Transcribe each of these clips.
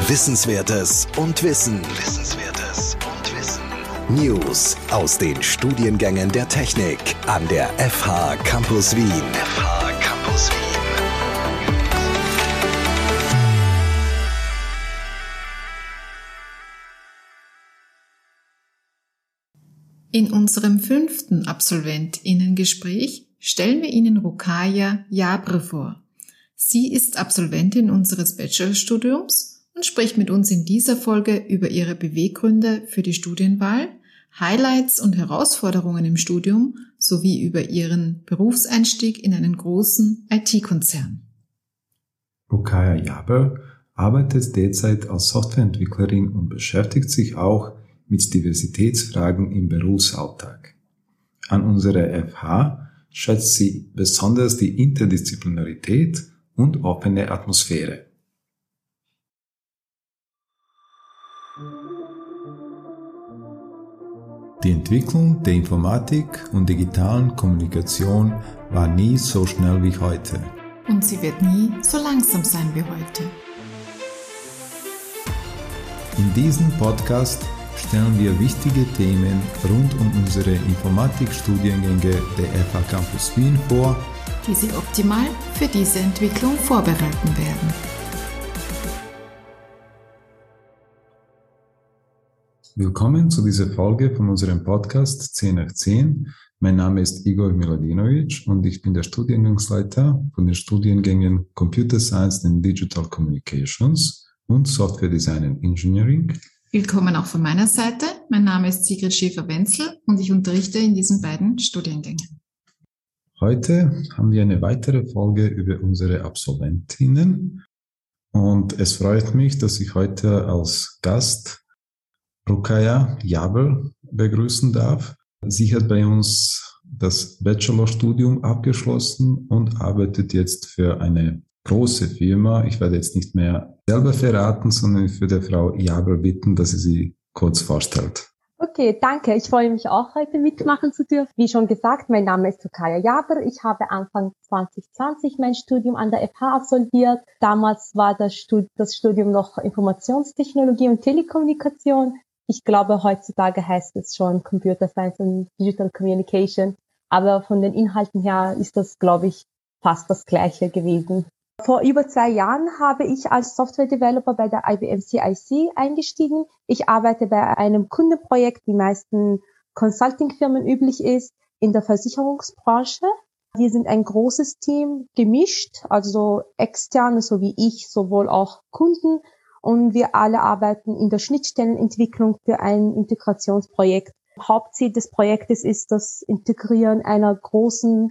Wissenswertes und Wissen. News aus den Studiengängen der Technik an der FH Campus Wien. In unserem 5. AbsolventInnen-Gespräch stellen wir Ihnen Rukaya Jabre vor. Sie ist Absolventin unseres Bachelorstudiums und spricht mit uns in dieser Folge über ihre Beweggründe für die Studienwahl, Highlights und Herausforderungen im Studium sowie über ihren Berufseinstieg in einen großen IT-Konzern. Rukaya Jabre arbeitet derzeit als Softwareentwicklerin und beschäftigt sich auch mit Diversitätsfragen im Berufsalltag. An unserer FH schätzt sie besonders die Interdisziplinarität und offene Atmosphäre. Die Entwicklung der Informatik und digitalen Kommunikation war nie so schnell wie heute. Und sie wird nie so langsam sein wie heute. In diesem Podcast stellen wir wichtige Themen rund um unsere Informatikstudiengänge der FH Campus Wien vor, die Sie optimal für diese Entwicklung vorbereiten werden. Willkommen zu dieser Folge von unserem Podcast 10 nach 10. Mein Name ist Igor Miladinovic und ich bin der Studiengangsleiter von den Studiengängen Computer Science and Digital Communications und Software Design and Engineering. Willkommen auch von meiner Seite. Mein Name ist Sigrid Schäfer-Wenzel und ich unterrichte in diesen beiden Studiengängen. Heute haben wir eine weitere Folge über unsere Absolventinnen und es freut mich, dass ich heute als Gast Rukaya Jabre begrüßen darf. Sie hat bei uns das Bachelorstudium abgeschlossen und arbeitet jetzt für eine große Firma. Ich werde jetzt nicht mehr selber verraten, sondern ich würde Frau Jabre bitten, dass sie kurz vorstellt. Okay, danke. Ich freue mich auch, heute mitmachen zu dürfen. Wie schon gesagt, mein Name ist Rukaya Jabre. Ich habe Anfang 2020 mein Studium an der FH absolviert. Damals war das Studium noch Informationstechnologie und Telekommunikation. Ich glaube, heutzutage heißt es schon Computer Science und Digital Communication. Aber von den Inhalten her ist das, glaube ich, fast das Gleiche gewesen. Vor über 2 Jahren habe ich als Software-Developer bei der IBM CIC eingestiegen. Ich arbeite bei einem Kundenprojekt, wie meisten Consulting-Firmen üblich ist, in der Versicherungsbranche. Wir sind ein großes Team, gemischt, also externe sowie ich, sowohl auch Kunden. Und wir alle arbeiten in der Schnittstellenentwicklung für ein Integrationsprojekt. Hauptziel des Projektes ist das Integrieren einer großen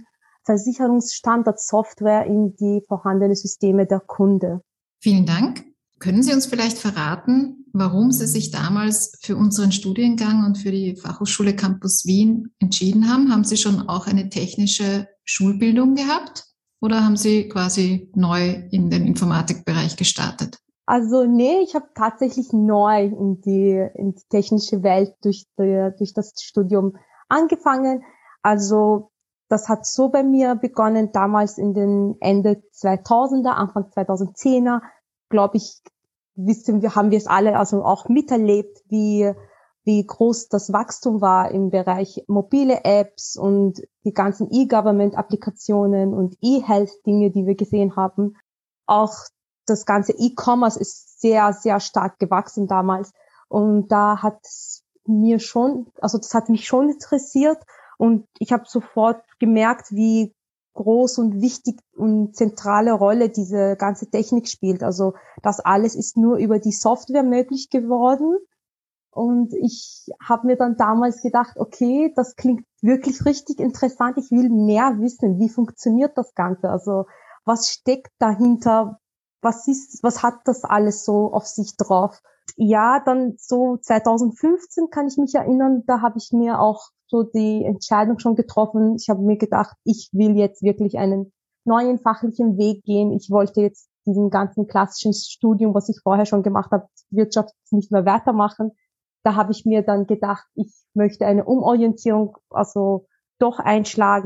Versicherungsstandardsoftware in die vorhandenen Systeme der Kunde. Vielen Dank. Können Sie uns vielleicht verraten, warum Sie sich damals für unseren Studiengang und für die Fachhochschule Campus Wien entschieden haben? Haben Sie schon auch eine technische Schulbildung gehabt oder haben Sie quasi neu in den Informatikbereich gestartet? Also nee, ich habe tatsächlich neu in die technische Welt durch das Studium angefangen. Also das hat so bei mir begonnen, damals in den Ende 2000er, Anfang 2010er, glaube ich, haben wir es alle also auch miterlebt, wie groß das Wachstum war im Bereich mobile Apps und die ganzen E-Government-Applikationen und E-Health-Dinge, die wir gesehen haben. Auch das ganze E-Commerce ist sehr, sehr stark gewachsen damals. Und da hat mich schon interessiert. Und ich habe sofort gemerkt, wie groß und wichtig und zentrale Rolle diese ganze Technik spielt. Also das alles ist nur über die Software möglich geworden. Und ich habe mir dann damals gedacht, okay, das klingt wirklich richtig interessant. Ich will mehr wissen, wie funktioniert das Ganze? Also was steckt dahinter? Was hat das alles so auf sich drauf? Ja, dann so 2015 kann ich mich erinnern, da habe ich mir auch so die Entscheidung schon getroffen. Ich habe mir gedacht, ich will jetzt wirklich einen neuen fachlichen Weg gehen. Ich wollte jetzt diesen ganzen klassischen Studium, was ich vorher schon gemacht habe, Wirtschaft nicht mehr weitermachen. Da habe ich mir dann gedacht, ich möchte eine Umorientierung also doch einschlagen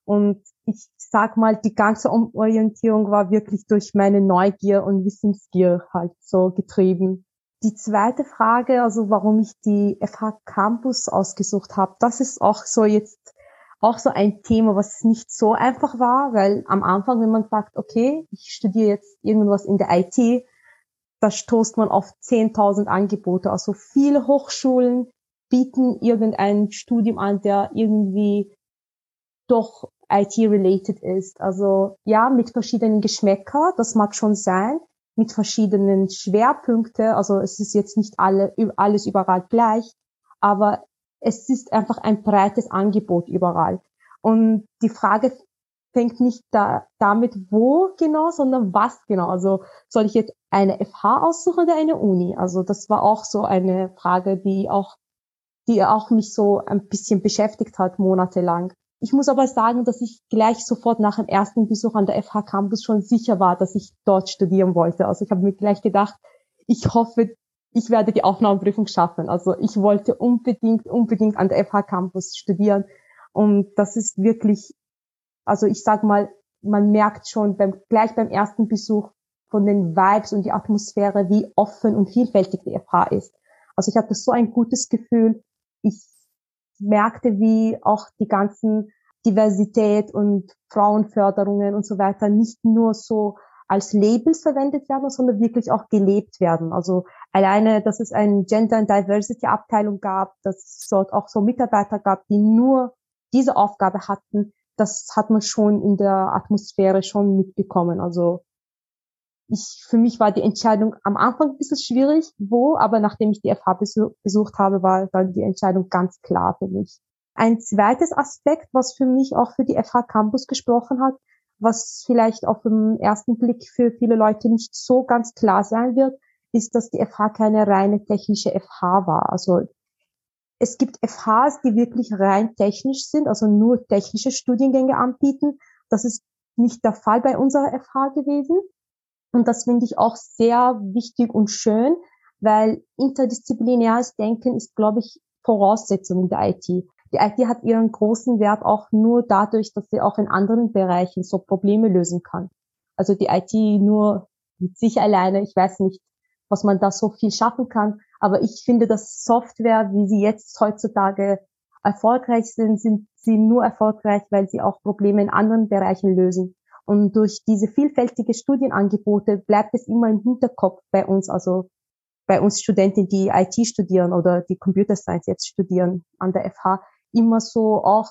Und ich sag mal, die ganze Umorientierung war wirklich durch meine Neugier und Wissensgier halt so getrieben. Die zweite Frage, also warum ich die FH Campus ausgesucht habe, das ist auch so jetzt auch so ein Thema, was nicht so einfach war, weil am Anfang, wenn man sagt, okay, ich studiere jetzt irgendwas in der IT, da stoßt man auf 10.000 Angebote. Also viele Hochschulen bieten irgendein Studium an, der irgendwie doch IT-related ist. Also ja, mit verschiedenen Geschmäcker, das mag schon sein, mit verschiedenen Schwerpunkte. Also es ist jetzt nicht alles überall gleich, aber es ist einfach ein breites Angebot überall. Und die Frage fängt nicht damit, wo genau, sondern was genau. Also soll ich jetzt eine FH aussuchen oder eine Uni? Also das war auch so eine Frage, die auch mich so ein bisschen beschäftigt hat, monatelang. Ich muss aber sagen, dass ich gleich sofort nach dem ersten Besuch an der FH Campus schon sicher war, dass ich dort studieren wollte. Also ich habe mir gleich gedacht, ich hoffe, ich werde die Aufnahmeprüfung schaffen. Also ich wollte unbedingt an der FH Campus studieren. Und das ist wirklich, also ich sag mal, man merkt schon gleich beim ersten Besuch von den Vibes und die Atmosphäre, wie offen und vielfältig die FH ist. Also ich hatte so ein gutes Gefühl. Ich merkte, wie auch die ganzen Diversität und Frauenförderungen und so weiter nicht nur so als Labels verwendet werden, sondern wirklich auch gelebt werden. Also alleine, dass es eine Gender and Diversity Abteilung gab, dass es dort auch so Mitarbeiter gab, die nur diese Aufgabe hatten, das hat man schon in der Atmosphäre schon mitbekommen. Also für mich war die Entscheidung am Anfang ein bisschen schwierig, aber nachdem ich die FH besucht habe, war dann die Entscheidung ganz klar für mich. Ein zweites Aspekt, was für mich auch für die FH Campus gesprochen hat, was vielleicht auf den ersten Blick für viele Leute nicht so ganz klar sein wird, ist, dass die FH keine reine technische FH war. Also es gibt FHs, die wirklich rein technisch sind, also nur technische Studiengänge anbieten. Das ist nicht der Fall bei unserer FH gewesen. Und das finde ich auch sehr wichtig und schön, weil interdisziplinäres Denken ist, glaube ich, Voraussetzung in der IT. Die IT hat ihren großen Wert auch nur dadurch, dass sie auch in anderen Bereichen so Probleme lösen kann. Also die IT nur mit sich alleine, ich weiß nicht, was man da so viel schaffen kann. Aber ich finde, dass Software, wie sie jetzt heutzutage erfolgreich sind sie nur erfolgreich, weil sie auch Probleme in anderen Bereichen lösen. Und durch diese vielfältige Studienangebote bleibt es immer im Hinterkopf bei uns, also bei uns Studenten, die IT studieren oder die Computer Science jetzt studieren an der FH, immer so auch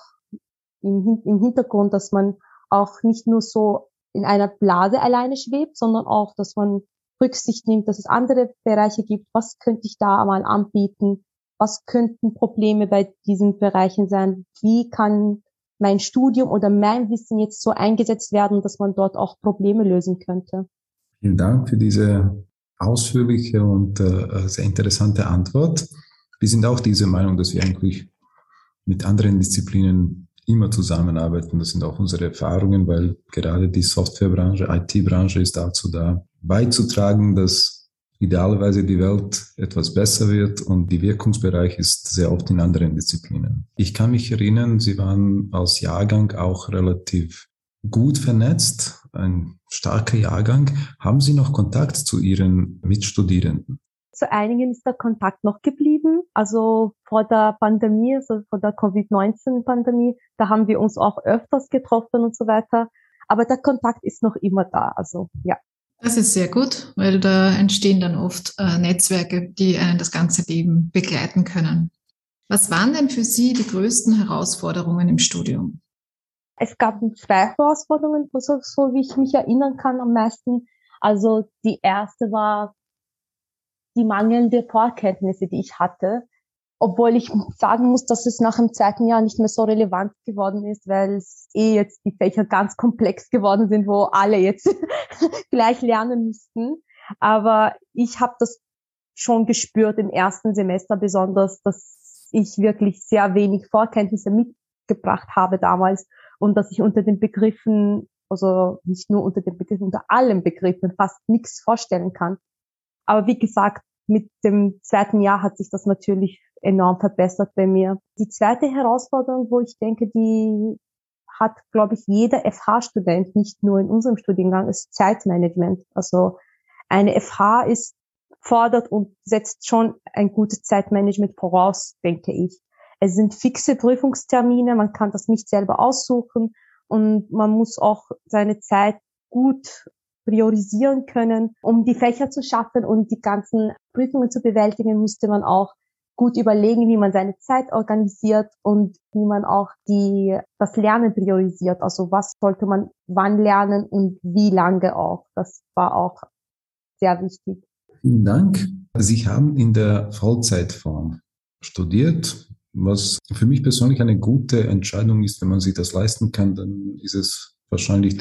im Hintergrund, dass man auch nicht nur so in einer Blase alleine schwebt, sondern auch, dass man Rücksicht nimmt, dass es andere Bereiche gibt. Was könnte ich da mal anbieten? Was könnten Probleme bei diesen Bereichen sein? Wie kann mein Studium oder mein Wissen jetzt so eingesetzt werden, dass man dort auch Probleme lösen könnte? Vielen Dank für diese ausführliche und sehr interessante Antwort. Wir sind auch dieser Meinung, dass wir eigentlich mit anderen Disziplinen immer zusammenarbeiten. Das sind auch unsere Erfahrungen, weil gerade die Softwarebranche, IT-Branche ist dazu da, beizutragen, dass idealerweise die Welt etwas besser wird und der Wirkungsbereich ist sehr oft in anderen Disziplinen. Ich kann mich erinnern, Sie waren als Jahrgang auch relativ gut vernetzt, ein starker Jahrgang. Haben Sie noch Kontakt zu Ihren Mitstudierenden? Zu einigen ist der Kontakt noch geblieben. Also vor der Pandemie, also vor der Covid-19-Pandemie, da haben wir uns auch öfters getroffen und so weiter. Aber der Kontakt ist noch immer da. Also ja. Das ist sehr gut, weil da entstehen dann oft Netzwerke, die einen das ganze Leben begleiten können. Was waren denn für Sie die größten Herausforderungen im Studium? Es gab 2 Herausforderungen, so wie ich mich erinnern kann am meisten. Also die erste war die mangelnde Vorkenntnisse, die ich hatte. Obwohl ich sagen muss, dass es nach dem 2. Jahr nicht mehr so relevant geworden ist, weil es jetzt die Fächer ganz komplex geworden sind, wo alle jetzt gleich lernen müssten. Aber ich habe das schon gespürt im ersten Semester besonders, dass ich wirklich sehr wenig Vorkenntnisse mitgebracht habe damals und dass ich unter den Begriffen, also nicht nur unter den Begriffen, unter allen Begriffen fast nichts vorstellen kann. Aber wie gesagt, mit dem 2. Jahr hat sich das natürlich enorm verbessert bei mir. Die zweite Herausforderung, wo ich denke, die hat, glaube ich, jeder FH-Student, nicht nur in unserem Studiengang, ist Zeitmanagement. Also eine FH fordert und setzt schon ein gutes Zeitmanagement voraus, denke ich. Es sind fixe Prüfungstermine, man kann das nicht selber aussuchen und man muss auch seine Zeit gut priorisieren können. Um die Fächer zu schaffen und die ganzen Prüfungen zu bewältigen, musste man auch gut überlegen, wie man seine Zeit organisiert und wie man auch das Lernen priorisiert. Also was sollte man wann lernen und wie lange auch. Das war auch sehr wichtig. Vielen Dank. Sie haben in der Vollzeitform studiert, was für mich persönlich eine gute Entscheidung ist. Wenn man sich das leisten kann, dann ist es wahrscheinlich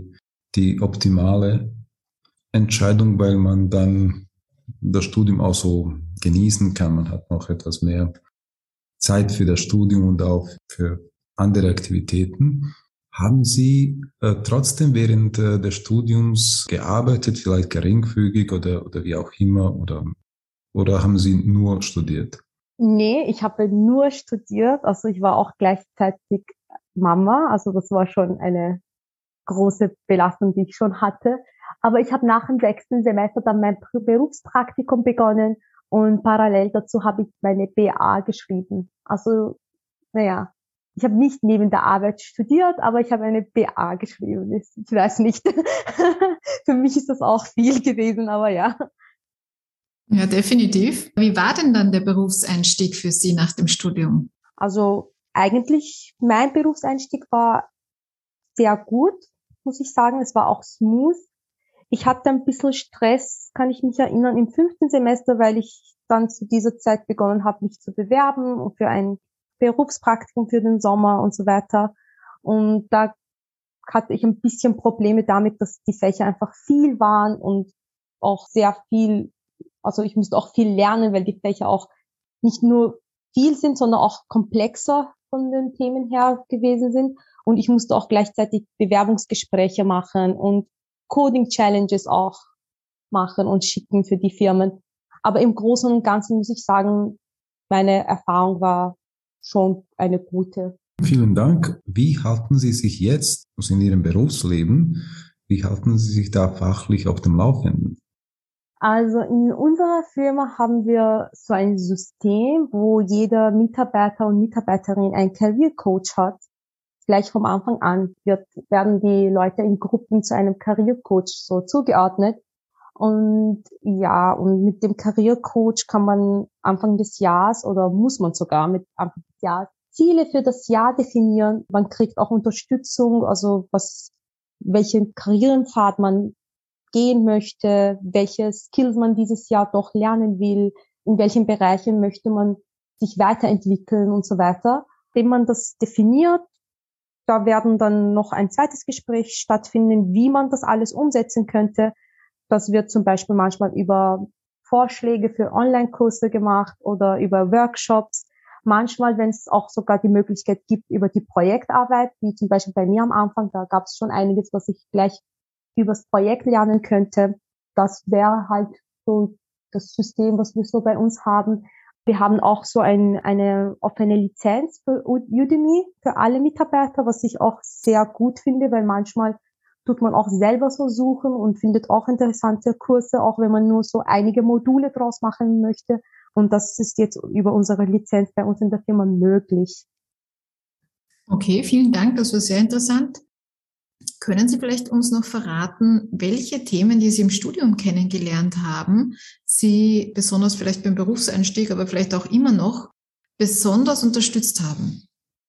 die optimale Entscheidung, weil man dann das Studium auch so genießen kann. Man hat noch etwas mehr Zeit für das Studium und auch für andere Aktivitäten. Haben Sie trotzdem während des Studiums gearbeitet, vielleicht geringfügig oder wie auch immer, oder haben Sie nur studiert? Nee, ich habe nur studiert. Also ich war auch gleichzeitig Mama. Also das war schon eine große Belastung, die ich schon hatte. Aber ich habe nach dem 6. Semester dann mein Berufspraktikum begonnen und parallel dazu habe ich meine BA geschrieben. Also, naja, ich habe nicht neben der Arbeit studiert, aber ich habe eine BA geschrieben. Ich weiß nicht. Für mich ist das auch viel gewesen, aber ja. Ja, definitiv. Wie war denn dann der Berufseinstieg für Sie nach dem Studium? Also eigentlich, mein Berufseinstieg war sehr gut, muss ich sagen. Es war auch smooth. Ich hatte ein bisschen Stress, kann ich mich erinnern, im 5. Semester, weil ich dann zu dieser Zeit begonnen habe, mich zu bewerben und für ein Berufspraktikum für den Sommer und so weiter. Und da hatte ich ein bisschen Probleme damit, dass die Fächer einfach viel waren und auch sehr viel, also ich musste auch viel lernen, weil die Fächer auch nicht nur viel sind, sondern auch komplexer von den Themen her gewesen sind. Und ich musste auch gleichzeitig Bewerbungsgespräche machen und Coding-Challenges auch machen und schicken für die Firmen. Aber im Großen und Ganzen muss ich sagen, meine Erfahrung war schon eine gute. Vielen Dank. Wie halten Sie sich jetzt, also in Ihrem Berufsleben, wie halten Sie sich da fachlich auf dem Laufenden? Also in unserer Firma haben wir so ein System, wo jeder Mitarbeiter und Mitarbeiterin einen Career Coach hat. Gleich vom Anfang an werden die Leute in Gruppen zu einem Career Coach so zugeordnet. Und ja, und mit dem Career Coach kann man Anfang des Jahres oder muss man sogar mit Anfang des Jahres Ziele für das Jahr definieren. Man kriegt auch Unterstützung, also welchen Karrierenpfad man gehen möchte, welche Skills man dieses Jahr doch lernen will, in welchen Bereichen möchte man sich weiterentwickeln und so weiter. Wenn man das definiert, da werden dann noch ein zweites Gespräch stattfinden, wie man das alles umsetzen könnte. Das wird zum Beispiel manchmal über Vorschläge für Online-Kurse gemacht oder über Workshops. Manchmal, wenn es auch sogar die Möglichkeit gibt, über die Projektarbeit, wie zum Beispiel bei mir am Anfang, da gab es schon einiges, was ich gleich übers Projekt lernen könnte. Das wäre halt so das System, was wir so bei uns haben. Wir haben auch so eine offene Lizenz für Udemy für alle Mitarbeiter, was ich auch sehr gut finde, weil manchmal tut man auch selber so suchen und findet auch interessante Kurse, auch wenn man nur so einige Module draus machen möchte. Und das ist jetzt über unsere Lizenz bei uns in der Firma möglich. Okay, vielen Dank, das war sehr interessant. Können Sie vielleicht uns noch verraten, welche Themen, die Sie im Studium kennengelernt haben, Sie besonders vielleicht beim Berufseinstieg, aber vielleicht auch immer noch besonders unterstützt haben?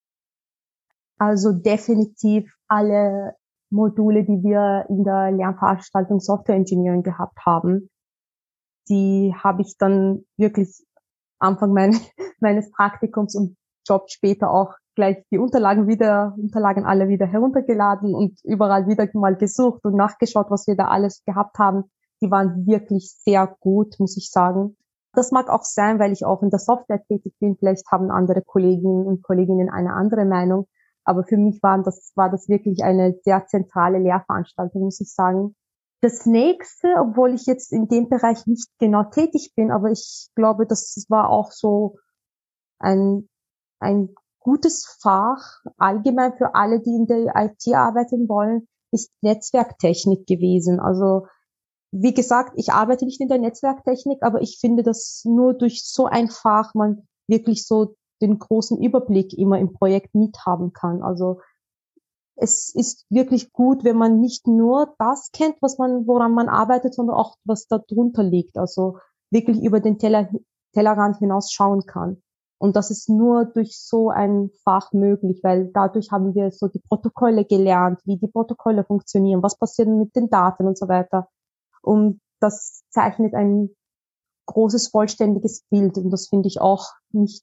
Also definitiv alle Module, die wir in der Lernveranstaltung Software Engineering gehabt haben, die habe ich dann wirklich Anfang meines Praktikums und Job später auch gleich die Unterlagen alle wieder heruntergeladen und überall wieder mal gesucht und nachgeschaut, was wir da alles gehabt haben. Die waren wirklich sehr gut, muss ich sagen. Das mag auch sein, weil ich auch in der Software tätig bin. Vielleicht haben andere Kolleginnen und Kolleginnen eine andere Meinung. Aber für mich war das wirklich eine sehr zentrale Lehrveranstaltung, muss ich sagen. Das nächste, obwohl ich jetzt in dem Bereich nicht genau tätig bin, aber ich glaube, das war auch so ein gutes Fach, allgemein für alle, die in der IT arbeiten wollen, ist Netzwerktechnik gewesen. Also, wie gesagt, ich arbeite nicht in der Netzwerktechnik, aber ich finde, dass nur durch so ein Fach man wirklich so den großen Überblick immer im Projekt mithaben kann. Also, es ist wirklich gut, wenn man nicht nur das kennt, woran man arbeitet, sondern auch, was da drunter liegt. Also wirklich über den Tellerrand hinaus schauen kann. Und das ist nur durch so ein Fach möglich, weil dadurch haben wir so die Protokolle gelernt, wie die Protokolle funktionieren, was passiert mit den Daten und so weiter. Und das zeichnet ein großes, vollständiges Bild. Und das finde ich auch nicht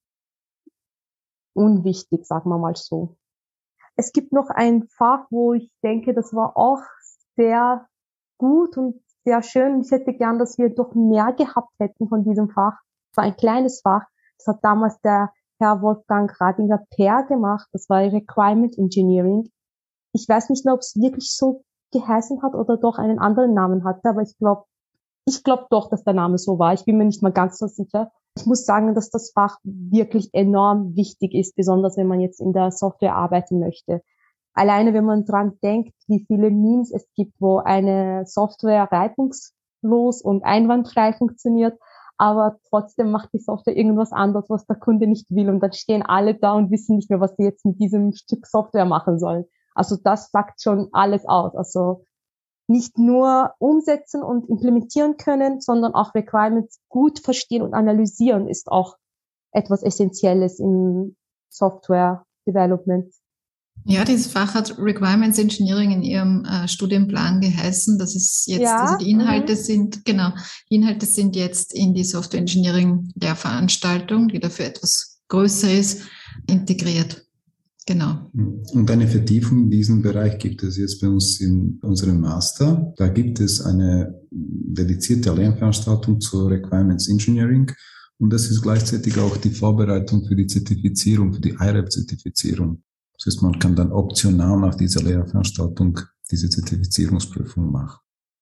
unwichtig, sagen wir mal so. Es gibt noch ein Fach, wo ich denke, das war auch sehr gut und sehr schön. Ich hätte gern, dass wir doch mehr gehabt hätten von diesem Fach. Es war ein kleines Fach. Das hat damals der Herr Wolfgang Radinger-Peer gemacht. Das war Requirement Engineering. Ich weiß nicht mehr, ob es wirklich so geheißen hat oder doch einen anderen Namen hatte, aber ich glaube doch, dass der Name so war. Ich bin mir nicht mal ganz so sicher. Ich muss sagen, dass das Fach wirklich enorm wichtig ist, besonders wenn man jetzt in der Software arbeiten möchte. Alleine, wenn man dran denkt, wie viele Memes es gibt, wo eine Software reibungslos und einwandfrei funktioniert, aber trotzdem macht die Software irgendwas anderes, was der Kunde nicht will. Und dann stehen alle da und wissen nicht mehr, was sie jetzt mit diesem Stück Software machen sollen. Also das sagt schon alles aus. Also nicht nur umsetzen und implementieren können, sondern auch Requirements gut verstehen und analysieren ist auch etwas Essentielles im Software Development. Ja, dieses Fach hat Requirements Engineering in Ihrem Studienplan geheißen. Das ist jetzt, Ja, also die Inhalte sind, genau, die Inhalte sind jetzt in die Software Engineering Lehrveranstaltung, die dafür etwas größer ist, integriert. Genau. Und eine Vertiefung in diesem Bereich gibt es jetzt bei uns in unserem Master. Da gibt es eine dedizierte Lernveranstaltung zur Requirements Engineering. Und das ist gleichzeitig auch die Vorbereitung für die Zertifizierung, für die IREP-Zertifizierung. Das heißt, man kann dann optional nach dieser Lehrveranstaltung diese Zertifizierungsprüfung machen.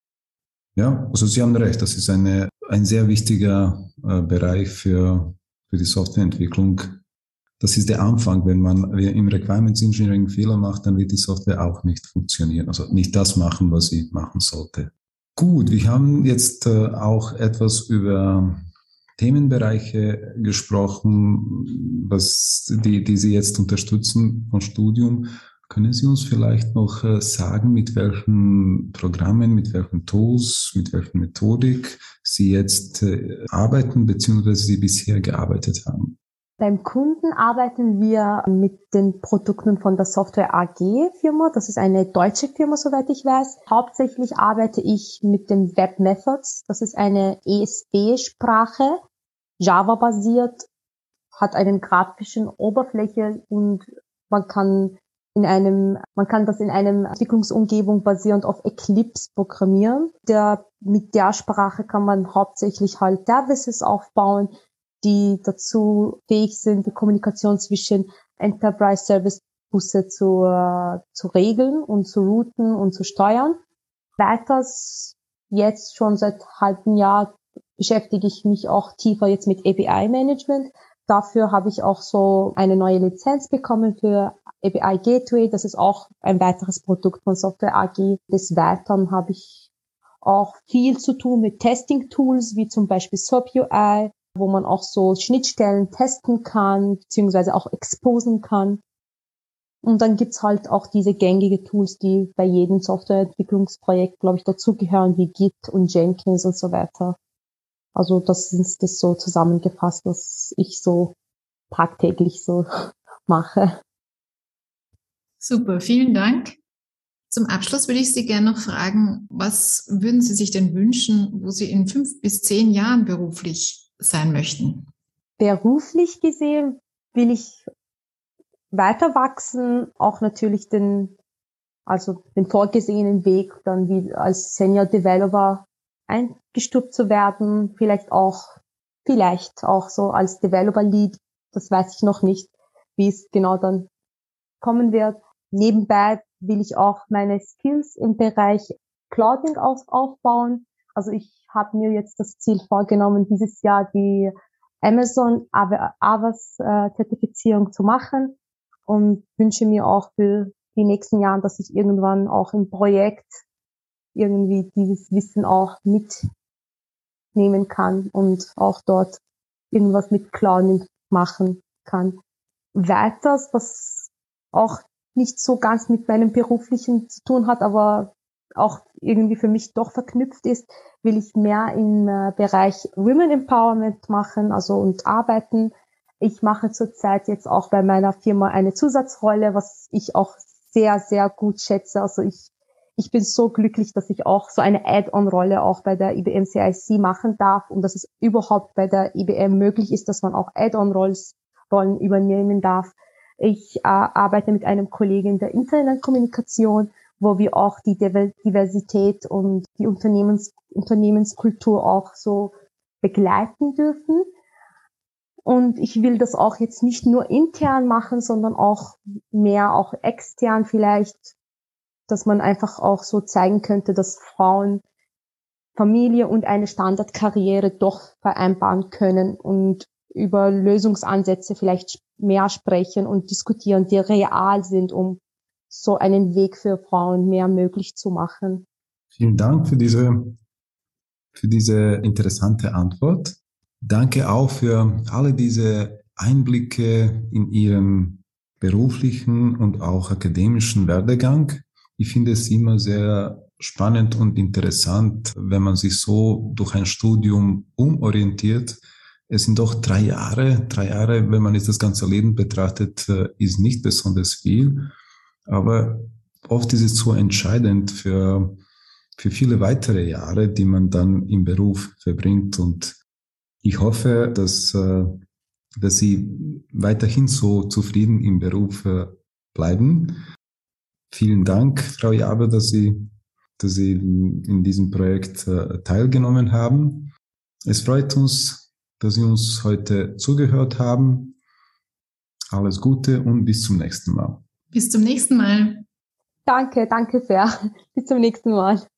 Ja, also Sie haben recht, das ist ein sehr wichtiger Bereich für die Softwareentwicklung. Das ist der Anfang. Wenn man im Requirements Engineering Fehler macht, dann wird die Software auch nicht funktionieren. Also nicht das machen, was sie machen sollte. Gut, wir haben jetzt auch etwas über Themenbereiche gesprochen, die Sie jetzt unterstützen vom Studium. Können Sie uns vielleicht noch sagen, mit welchen Programmen, mit welchen Tools, mit welcher Methodik Sie jetzt arbeiten bzw. Sie bisher gearbeitet haben? Beim Kunden arbeiten wir mit den Produkten von der Software AG Firma. Das ist eine deutsche Firma, soweit ich weiß. Hauptsächlich arbeite ich mit den Web Methods. Das ist eine ESB-Sprache, Java-basiert, hat einen grafischen Oberfläche und man kann das in einem Entwicklungsumgebung basierend auf Eclipse programmieren. Mit der Sprache kann man hauptsächlich halt Services aufbauen, die dazu fähig sind, die Kommunikation zwischen Enterprise Service Busse zu regeln und zu routen und zu steuern. Weiters, jetzt schon seit halbem Jahr beschäftige ich mich auch tiefer jetzt mit API Management. Dafür habe ich auch so eine neue Lizenz bekommen für API Gateway. Das ist auch ein weiteres Produkt von Software AG. Des Weiteren habe ich auch viel zu tun mit Testing Tools, wie zum Beispiel SOAP UI, wo man auch so Schnittstellen testen kann, beziehungsweise auch exposen kann. Und dann gibt's halt auch diese gängige Tools, die bei jedem Softwareentwicklungsprojekt, glaube ich, dazugehören, wie Git und Jenkins und so weiter. Also das ist das so zusammengefasst, was ich so tagtäglich so mache. Super, vielen Dank. Zum Abschluss würde ich Sie gerne noch fragen, was würden Sie sich denn wünschen, wo Sie in 5 bis 10 Jahren beruflich sein möchten? Beruflich gesehen will ich weiter wachsen, auch natürlich den vorgesehenen Weg, dann wie als Senior Developer eingestuft zu werden, vielleicht auch so als Developer Lead, das weiß ich noch nicht, wie es genau dann kommen wird. Nebenbei will ich auch meine Skills im Bereich Clouding aufbauen. Also ich habe mir jetzt das Ziel vorgenommen, dieses Jahr die Amazon AWAS-Zertifizierung zu machen und wünsche mir auch für die nächsten Jahre, dass ich irgendwann auch im Projekt irgendwie dieses Wissen auch mitnehmen kann und auch dort irgendwas mit Clowning machen kann. Weiters, was auch nicht so ganz mit meinem Beruflichen zu tun hat, aber auch irgendwie für mich doch verknüpft ist, will ich mehr im Bereich Women Empowerment machen, also und arbeiten. Ich mache zurzeit jetzt auch bei meiner Firma eine Zusatzrolle, was ich auch sehr, sehr gut schätze. Also ich bin so glücklich, dass ich auch so eine Add-on-Rolle auch bei der IBM CIC machen darf und dass es überhaupt bei der IBM möglich ist, dass man auch Add-on-Rollen übernehmen darf. Ich arbeite mit einem Kollegen der Internetkommunikation, wo wir auch die Diversität und die Unternehmenskultur auch so begleiten dürfen. Und ich will das auch jetzt nicht nur intern machen, sondern auch mehr auch extern vielleicht, dass man einfach auch so zeigen könnte, dass Frauen Familie und eine Standardkarriere doch vereinbaren können und über Lösungsansätze vielleicht mehr sprechen und diskutieren, die real sind, um so einen Weg für Frauen mehr möglich zu machen. Vielen Dank für diese interessante Antwort. Danke auch für alle diese Einblicke in Ihren beruflichen und auch akademischen Werdegang. Ich finde es immer sehr spannend und interessant, wenn man sich so durch ein Studium umorientiert. Es sind doch 3 Jahre. 3 Jahre, wenn man jetzt das ganze Leben betrachtet, ist nicht besonders viel. Aber oft ist es so entscheidend für viele weitere Jahre, die man dann im Beruf verbringt. Und ich hoffe, dass Sie weiterhin so zufrieden im Beruf bleiben. Vielen Dank, Frau Jaber, dass Sie in diesem Projekt teilgenommen haben. Es freut uns, dass Sie uns heute zugehört haben. Alles Gute und bis zum nächsten Mal. Bis zum nächsten Mal. Danke sehr. Bis zum nächsten Mal.